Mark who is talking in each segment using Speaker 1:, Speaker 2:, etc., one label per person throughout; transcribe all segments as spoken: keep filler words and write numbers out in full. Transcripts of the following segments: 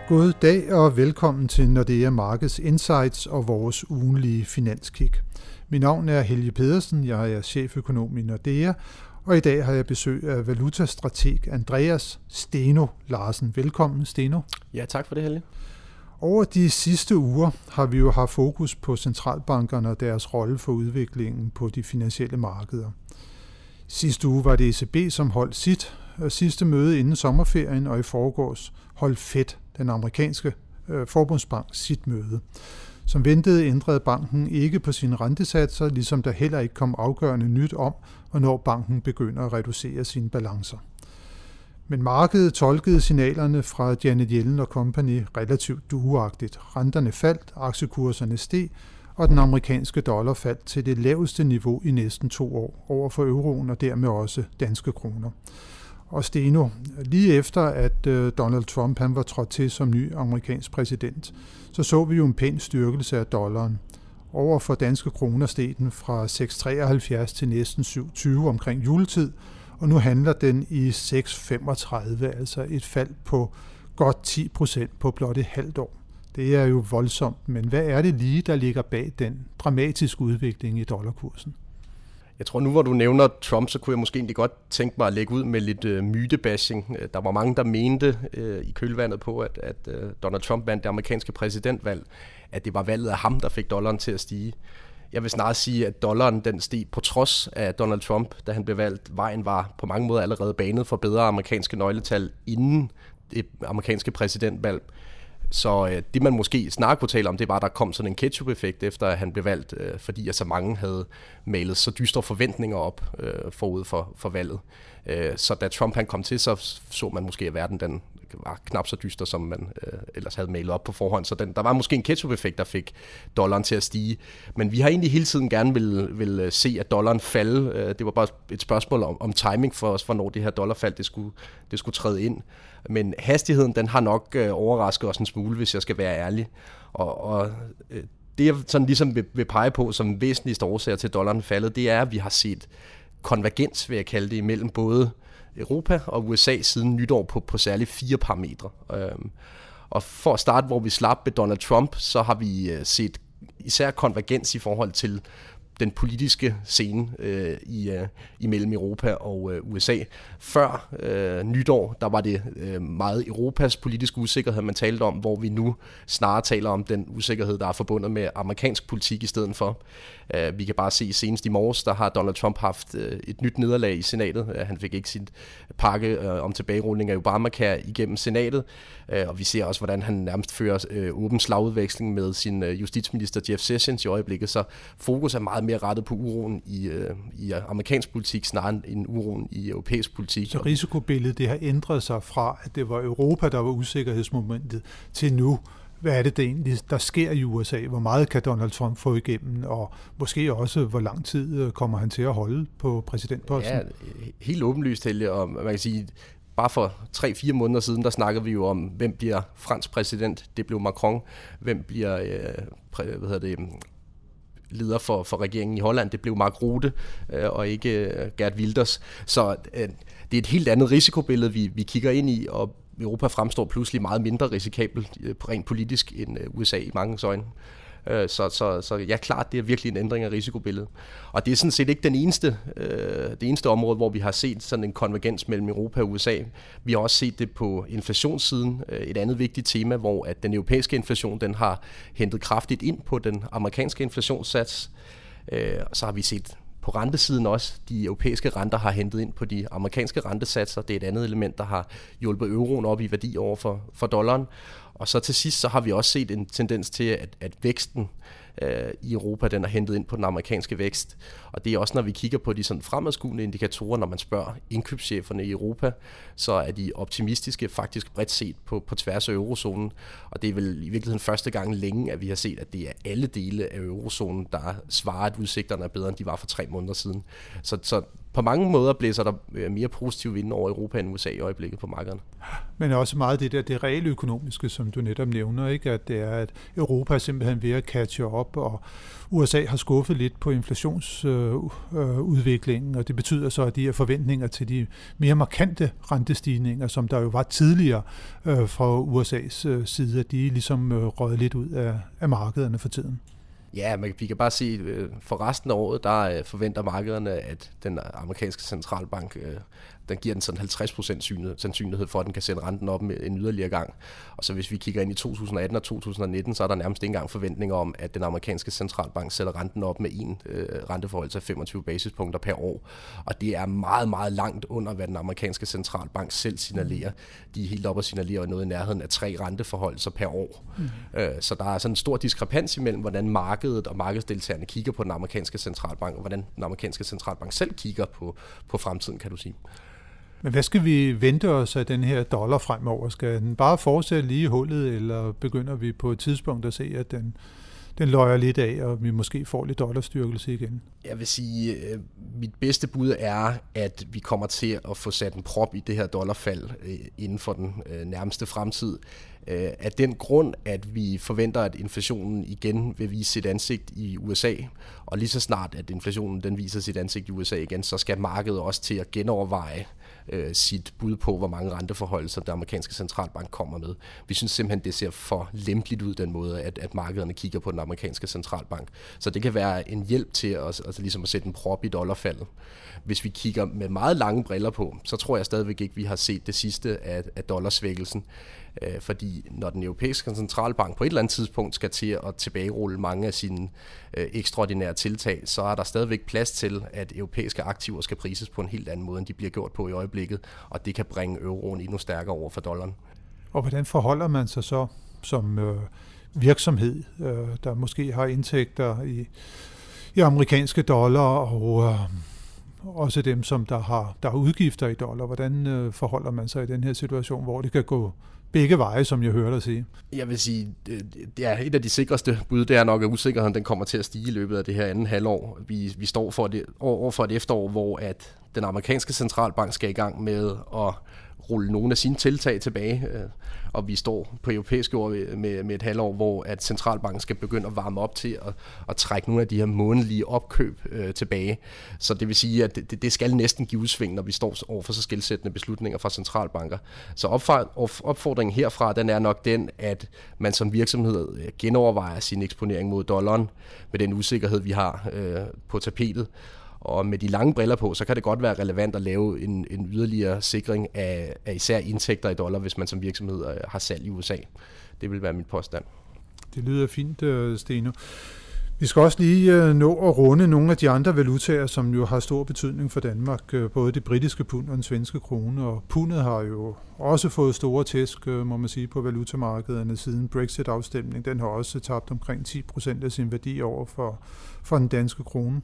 Speaker 1: God dag og velkommen til Nordea Markets Insights og vores ugenlige finanskig. Mit navn er Helge Pedersen, jeg er cheføkonom i Nordea, og i dag har jeg besøg af valutastrateg Andreas Steno Larsen. Velkommen, Steno.
Speaker 2: Ja, tak for det, Helge.
Speaker 1: Over de sidste uger har vi jo haft fokus på centralbankerne og deres rolle for udviklingen på de finansielle markeder. Sidste uge var det E C B, som holdt sit sidste møde inden sommerferien, og i forgårs holdt Fed, den amerikanske øh, forbundsbank, sit møde. Som ventet ændrede banken ikke på sine rentesatser, ligesom der heller ikke kom afgørende nyt om, hvornår banken begynder at reducere sine balancer. Men markedet tolkede signalerne fra Janet Yellen og Company relativt dueagtigt. Renterne faldt, aktiekurserne steg, og den amerikanske dollar faldt til det laveste niveau i næsten to år over for euroen og dermed også danske kroner. Og Steno, lige efter at Donald Trump han var trådt til som ny amerikansk præsident, så så vi jo en pæn styrkelse af dollaren. Over for danske kroner steg den fra seks komma treoghalvfjerds til næsten syv komma tyve omkring juletid, og nu handler den i seks komma femogtredive, altså et fald på godt ti procent på blot et halvt år. Det er jo voldsomt, men hvad er det lige, der ligger bag den dramatiske udvikling i dollarkursen?
Speaker 2: Jeg tror nu, hvor du nævner Trump, så kunne jeg måske egentlig godt tænke mig at lægge ud med lidt øh, mytebashing. Der var mange, der mente øh, i kølvandet på, at, at øh, Donald Trump vandt det amerikanske præsidentvalg, at det var valget af ham, der fik dollaren til at stige. Jeg vil snarere sige, at dollaren den steg på trods af Donald Trump, da han blev valgt. Vejen var på mange måder allerede banet for bedre amerikanske nøgletal inden det amerikanske præsidentvalg. Så øh, det man måske snarere kunne tale om, det var, at der kom sådan en ketchup-effekt efter at han blev valgt, øh, fordi at så mange havde malet så dystre forventninger op øh, forud for, for valget. Øh, så da Trump han kom til, så så man måske, at verden den var knap så dyster, som man øh, ellers havde malet op på forhånd. Så den, der var måske en ketchup-effekt, der fik dollaren til at stige. Men vi har egentlig hele tiden gerne vil, vil se, at dollaren falde. Øh, det var bare et spørgsmål om, om timing for os, hvornår det her dollarfald det skulle, det skulle træde ind. Men hastigheden, den har nok øh, overrasket os en smule, hvis jeg skal være ærlig. Og, og øh, det jeg sådan ligesom vil, vil pege på som væsentligste årsager til dollaren faldet, det er, at vi har set konvergens, vil jeg kalde det, imellem både Europa og U S A siden nytår på, på særligt fire parametre. Øhm, og for at starte, hvor vi slap med Donald Trump, så har vi øh, set især konvergens i forhold til den politiske scene øh, i, øh, imellem Europa og øh, U S A. Før øh, nytår, der var det øh, meget Europas politiske usikkerhed, man talte om, hvor vi nu snarere taler om den usikkerhed, der er forbundet med amerikansk politik i stedet for. Øh, vi kan bare se senest i morges, der har Donald Trump haft øh, et nyt nederlag i senatet. Øh, han fik ikke sin pakke øh, om tilbagerulning af Obamacare igennem senatet, øh, og vi ser også, hvordan han nærmest fører øh, åben slagudveksling med sin øh, justitsminister Jeff Sessions i øjeblikket, så fokus er meget mere rettet på uroen i, øh, i amerikansk politik, snarere end uroen i europæisk politik.
Speaker 1: Så risikobilledet det har ændret sig fra, at det var Europa, der var usikkerhedsmomentet, til nu. Hvad er det, der egentlig der sker i U S A? Hvor meget kan Donald Trump få igennem, og måske også, hvor lang tid kommer han til at holde på præsidentposten?
Speaker 2: Ja, helt åbenlyst, Helge, og man kan sige, bare for tre-fire måneder siden, der snakkede vi jo om, hvem bliver fransk præsident? Det blev Macron. Hvem bliver øh, præ, hvad hedder det, leder for, for regeringen i Holland? Det blev Mark Rutte øh, og ikke øh, Geert Wilders. Så øh, det er et helt andet risikobillede, vi, vi kigger ind i, og Europa fremstår pludselig meget mindre risikabelt øh, rent politisk end øh, U S A i mange øjne. Øh, så, så, så ja, klart, det er virkelig en ændring af risikobilledet. Og det er sådan set ikke den eneste, øh, det eneste område, hvor vi har set sådan en konvergens mellem Europa og U S A. Vi har også set det på inflationssiden, øh, et andet vigtigt tema, hvor at den europæiske inflation den har hentet kraftigt ind på den amerikanske inflationssats. Øh, så har vi set på rentesiden også, de europæiske renter har hentet ind på de amerikanske rentesatser. Det er et andet element, der har hjulpet euroen op i værdi over for, for dollaren. Og så til sidst, så har vi også set en tendens til, at, at væksten øh, i Europa, den er hentet ind på den amerikanske vækst. Og det er også, når vi kigger på de sådan fremadskuende indikatorer, når man spørger indkøbscheferne i Europa, så er de optimistiske faktisk bredt set på, på tværs af eurozonen. Og det er vel i virkeligheden første gang længe, at vi har set, at det er alle dele af eurozonen, der svarer, at udsigterne er bedre, end de var for tre måneder siden. Så, så på mange måder blæser der mere positiv vind over Europa end U S A i øjeblikket på markederne.
Speaker 1: Men også meget det der, det reelle økonomiske, som du netop nævner, ikke? At det er, at Europa er simpelthen ved at catche op op, og U S A har skuffet lidt på inflationsudviklingen, og det betyder så, at de her forventninger til de mere markante rentestigninger, som der jo var tidligere øh, fra U S A's øh, side, at de ligesom øh, røget lidt ud af, af markederne for tiden.
Speaker 2: Ja, men vi kan bare se, at for resten af året, der forventer markederne, at den amerikanske centralbank, den giver den sådan halvtreds procent sandsynlighed for, at den kan sætte renten op med en yderligere gang. Og så hvis vi kigger ind i to tusind atten og to tusind nitten, så er der nærmest ikke engang forventninger om, at den amerikanske centralbank sætter renten op med en øh, renteforhold til femogtyve basispunkter per år. Og det er meget, meget langt under, hvad den amerikanske centralbank selv signalerer. De er helt oppe og signalerer noget i nærheden af tre renteforhold så per år. Mm. Øh, så der er sådan en stor diskrepans imellem, hvordan markedet og markedsdeltagerne kigger på den amerikanske centralbank, og hvordan den amerikanske centralbank selv kigger på, på fremtiden, kan du sige.
Speaker 1: Men hvad skal vi vente os af den her dollar fremover? Skal den bare fortsætte lige i hullet, eller begynder vi på et tidspunkt at se, at den, den løjer lidt af, og vi måske får lidt dollarstyrkelse igen?
Speaker 2: Jeg vil sige, at mit bedste bud er, at vi kommer til at få sat en prop i det her dollarfald inden for den nærmeste fremtid. Af den grund, at vi forventer, at inflationen igen vil vise sit ansigt i U S A, og lige så snart, at inflationen den viser sit ansigt i U S A igen, så skal markedet også til at genoverveje øh, sit bud på, hvor mange renteforhold, som den amerikanske centralbank kommer med. Vi synes simpelthen, det ser for lempeligt ud den måde, at, at markederne kigger på den amerikanske centralbank. Så det kan være en hjælp til at, altså ligesom at sætte en prop i dollarfaldet. Hvis vi kigger med meget lange briller på, så tror jeg stadigvæk ikke, vi har set det sidste af, af dollarsvækkelsen. Fordi når den europæiske centralbank på et eller andet tidspunkt skal til at tilbagerulle mange af sine øh, ekstraordinære tiltag, så er der stadigvæk plads til, at europæiske aktiver skal prises på en helt anden måde, end de bliver gjort på i øjeblikket, og det kan bringe euroen endnu stærkere over for dollaren.
Speaker 1: Og hvordan forholder man sig så som øh, virksomhed, øh, der måske har indtægter i, i amerikanske dollar, og øh, også dem, som der har, der har udgifter i dollar? Hvordan øh, forholder man sig i den her situation, hvor det kan gå begge veje, som jeg hørte dig sige?
Speaker 2: Jeg vil sige, det er et af de sikreste bud, det er nok, at usikkerheden den kommer til at stige i løbet af det her anden halvår. Vi, vi står for det, over for et efterår, hvor at den amerikanske centralbank skal i gang med at rulle nogle af sine tiltag tilbage, og vi står på europæisk år med, med et halvår, hvor at centralbanken skal begynde at varme op til at, at trække nogle af de her månedlige opkøb øh, tilbage. Så det vil sige, at det, det skal næsten give udsving, når vi står over for så skelsættende beslutninger fra centralbanker. Så opfordringen herfra, den er nok den, at man som virksomhed genovervejer sin eksponering mod dollaren med den usikkerhed, vi har øh, på tapetet. Og med de lange briller på, så kan det godt være relevant at lave en, en yderligere sikring af, af især indtægter i dollar, hvis man som virksomhed har salg i U S A. Det vil være mit påstand.
Speaker 1: Det lyder fint, Steno. Vi skal også lige nå at runde nogle af de andre valutaer, som jo har stor betydning for Danmark. Både det britiske pund og den svenske krone. Og pundet har jo også fået store tæsk, må man sige, på valutamarkederne siden Brexit-afstemning. Den har også tabt omkring ti procent af sin værdi over for, for den danske krone.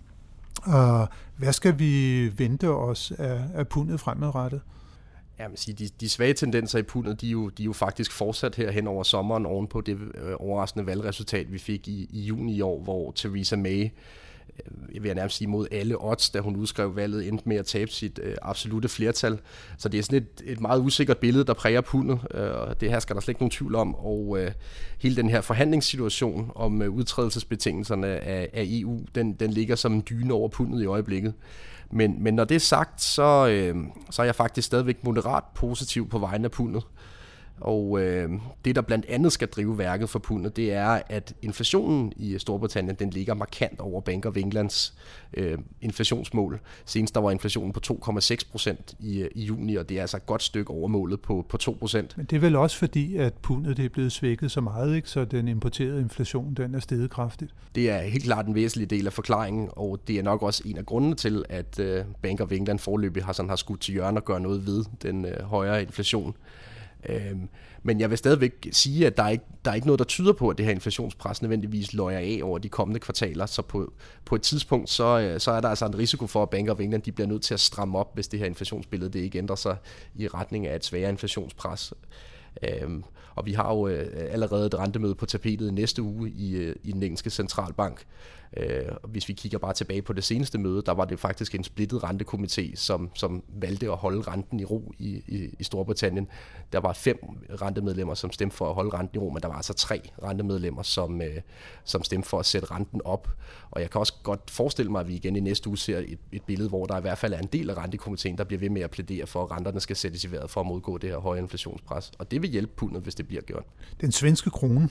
Speaker 1: Uh, hvad skal vi vente os af, af pundet fremadrettet?
Speaker 2: Ja, man siger, de, de svage tendenser i pundet, de er, jo, de er jo faktisk fortsat her hen over sommeren ovenpå det øh, overraskende valgresultat, vi fik i, i juni i år, hvor Theresa May, jeg vil nærmest sige mod alle odds, da hun udskrev valget, endte med at tabe sit øh, absolute flertal. Så det er sådan et, et meget usikkert billede, der præger pundet, øh, det her skal der slet ikke nogen tvivl om, og øh, hele den her forhandlingssituation om øh, udtrædelsesbetingelserne af, af E U, den, den ligger som en dyne over pundet i øjeblikket. Men, men når det er sagt, så, øh, så er jeg faktisk stadigvæk moderat positiv på vegne af pundet. Og øh, det, der blandt andet skal drive værket for pundet, det er, at inflationen i Storbritannien, den ligger markant over Bank of Englands øh, inflationsmål. Senest der var inflationen på to komma seks procent i, i juni, og det er altså et godt stykke over målet på, på to procent.
Speaker 1: Men det er vel også fordi, at pundet det er blevet svækket så meget, ikke? Så den importerede inflation, den er steget kraftigt.
Speaker 2: Det er helt klart en væsentlig del af forklaringen, og det er nok også en af grundene til, at øh, Bank of England foreløbig har, sådan, har skudt til hjørne og gøre noget ved den øh, højere inflation. Øhm, men jeg vil stadigvæk sige, at der er, ikke, der er ikke noget, der tyder på, at det her inflationspres nødvendigvis løjer af over de kommende kvartaler. Så på, på et tidspunkt, så, så er der altså en risiko for, at Bank of England de bliver nødt til at stramme op, hvis det her inflationsbillede det ikke ændrer sig i retning af et sværere inflationspres. Øhm, og vi har jo øh, allerede et rentemøde på tapetet i næste uge i, øh, i den engelske centralbank. Hvis vi kigger bare tilbage på det seneste møde, der var det faktisk en splittet rentekomité, som, som valgte at holde renten i ro i, i, i Storbritannien. Der var fem rentemedlemmer, som stemte for at holde renten i ro, men der var altså tre rentemedlemmer, som, som stemte for at sætte renten op. Og jeg kan også godt forestille mig, at vi igen i næste uge ser et, et billede, hvor der i hvert fald er en del af rentekomiteen, der bliver ved med at plædere for, at renterne skal sættes i vejret for at modgå det her høje inflationspres. Og det vil hjælpe pundet, hvis det bliver gjort.
Speaker 1: Den svenske krone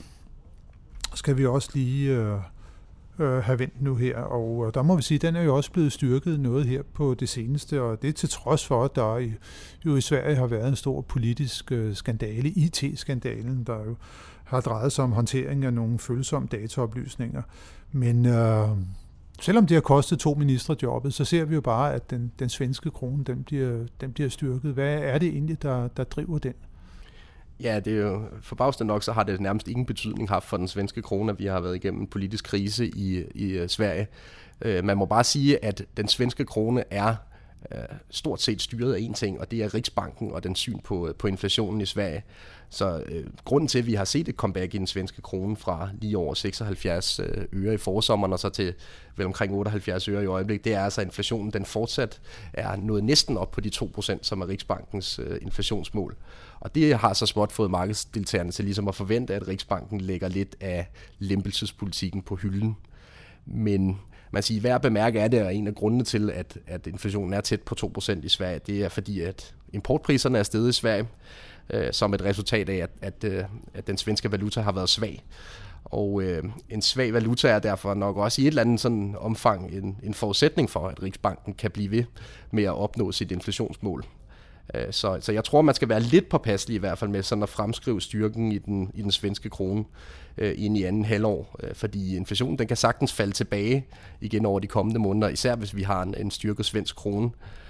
Speaker 1: skal vi også lige øh, øh, have vendt nu her, og øh, der må vi sige, at den er jo også blevet styrket noget her på det seneste, og det er til trods for, at der i, jo i Sverige har været en stor politisk øh, skandale, I T-skandalen, der jo har drejet sig om håndtering af nogle følsomme dataoplysninger. Men øh, selvom det har kostet to ministre jobbet, så ser vi jo bare, at den, den svenske krone, den bliver, den bliver styrket. Hvad er det egentlig, der, der driver den?
Speaker 2: Ja, det er jo forbavsende nok, så har det nærmest ingen betydning haft for den svenske krone, at vi har været igennem en politisk krise i, i Sverige. Uh, man må bare sige, at den svenske krone er uh, stort set styret af én ting, og det er Riksbanken og den syn på, på inflationen i Sverige. Så uh, grunden til, at vi har set et comeback i den svenske krone fra lige over seksoghalvfjerds øre i forsommeren og så til vel omkring otteoghalvfjerds øre i øjeblik, det er altså, at inflationen den fortsat er nået næsten op på de to procent, som er Riksbankens uh, inflationsmål. Og det har så småt fået markedsdeltagerne til ligesom at forvente, at Riksbanken lægger lidt af lempelsespolitikken på hylden. Men man siger, værd at bemærke er det, at en af grundene til, at, at inflationen er tæt på to procent i Sverige, det er fordi, at importpriserne er steget i Sverige, øh, som et resultat af, at, at, øh, at den svenske valuta har været svag. Og øh, en svag valuta er derfor nok også i et eller andet sådan omfang en, en forudsætning for, at Riksbanken kan blive ved med at opnå sit inflationsmål. Så, så jeg tror, man skal være lidt påpasselig i hvert fald med sådan at fremskrive styrken i den, i den svenske krone øh, ind i anden halvår, øh, fordi inflationen den kan sagtens falde tilbage igen over de kommende måneder, især hvis vi har en, en styrket svensk krone.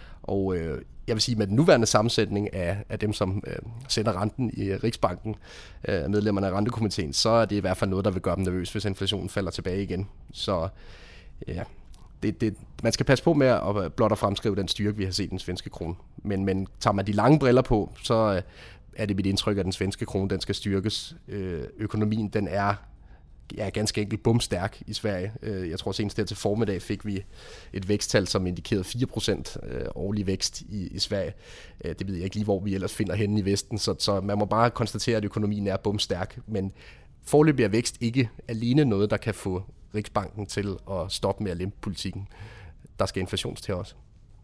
Speaker 2: Og øh, jeg vil sige, med den nuværende sammensætning af, af dem, som øh, sætter renten i Riksbanken, øh, medlemmerne af rentekomiteen, så er det i hvert fald noget, der vil gøre dem nervøs, hvis inflationen falder tilbage igen. Så ja... Det, det, man skal passe på med at blot at fremskrive den styrke, vi har set i den svenske krone. Men, men tager man de lange briller på, så er det mit indtryk, at den svenske krone den skal styrkes. Økonomien den er ja, ganske enkelt bumstærk i Sverige. Jeg tror senest der til formiddag fik vi et væksttal, som indikerede fire procent årlig vækst i, i Sverige. Det ved jeg ikke lige, hvor vi ellers finder henne i Vesten, så, så man må bare konstatere, at økonomien er bumstærk. Men foreløbig er vækst ikke alene noget, der kan få Riksbanken til at stoppe med at lempe politikken. Der skal inflations til også.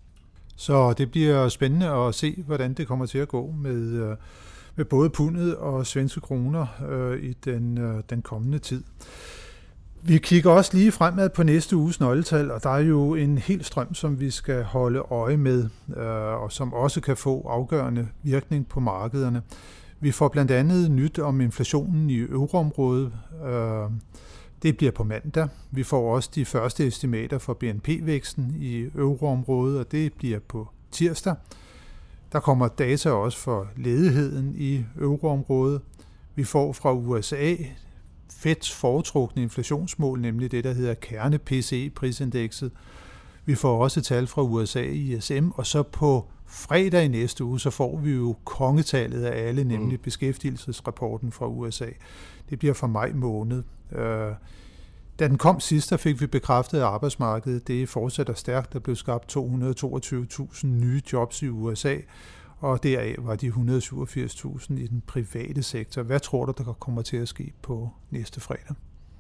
Speaker 1: Så det bliver spændende at se, hvordan det kommer til at gå med, med både pundet og svenske kroner øh, i den, øh, den kommende tid. Vi kigger også lige fremad på næste uges nøgletal, og der er jo en hel strøm, som vi skal holde øje med, øh, og som også kan få afgørende virkning på markederne. Vi får blandt andet nyt om inflationen i euroområdet. Øh, Det bliver på mandag. Vi får også de første estimater for B N P-væksten i euroområdet, og det bliver på tirsdag. Der kommer data også for ledigheden i euroområdet. Vi får fra U S A Feds foretrukne inflationsmål, nemlig det, der hedder kerne-P C E-prisindekset. Vi får også tal fra U S A I S M, og så på fredag i næste uge, så får vi jo kongetallet af alle, nemlig beskæftigelsesrapporten fra U S A. Det bliver fra maj måned. Da den kom sidst, der fik vi bekræftet, at arbejdsmarkedet det fortsætter stærkt. Der blev skabt to hundrede og toogtyve tusind nye jobs i U S A, og deraf var de et hundrede og syvogfirs tusind i den private sektor. Hvad tror du, der kommer til at ske på næste fredag?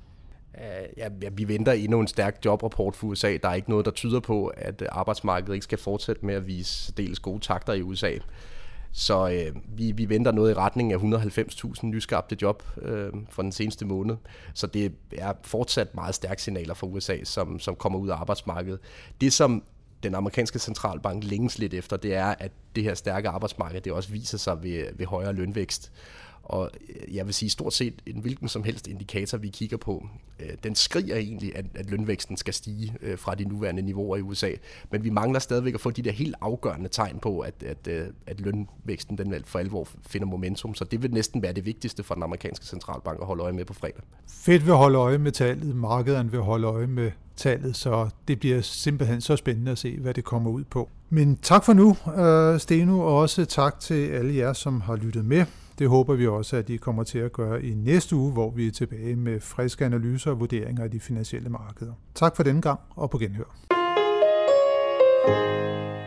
Speaker 2: Ja, vi venter endnu en stærk jobrapport for U S A. Der er ikke noget, der tyder på, at arbejdsmarkedet ikke skal fortsætte med at vise dels gode takter i U S A. Så øh, vi, vi venter noget i retning af et hundrede og halvfems tusind nyskabte job øh, for den seneste måned. Så det er fortsat meget stærke signaler fra U S A, som, som kommer ud af arbejdsmarkedet. Det, som den amerikanske centralbank længes lidt efter, det er, at det her stærke arbejdsmarked, det også viser sig ved, ved højere lønvækst. Og jeg vil sige, stort set en hvilken som helst indikator, vi kigger på, den skriger egentlig, at, at lønvæksten skal stige fra de nuværende niveauer i U S A. Men vi mangler stadigvæk at få de der helt afgørende tegn på, at, at, at lønvæksten den for alvor finder momentum. Så det vil næsten være det vigtigste for den amerikanske centralbank at holde øje med på fredag.
Speaker 1: Fedt vil holde øje med tallet, markederne vil holde øje med tallet, så det bliver simpelthen så spændende at se, hvad det kommer ud på. Men tak for nu, Steno, og også tak til alle jer, som har lyttet med. Det håber vi også, at de kommer til at gøre i næste uge, hvor vi er tilbage med friske analyser og vurderinger af de finansielle markeder. Tak for denne gang, og på genhør.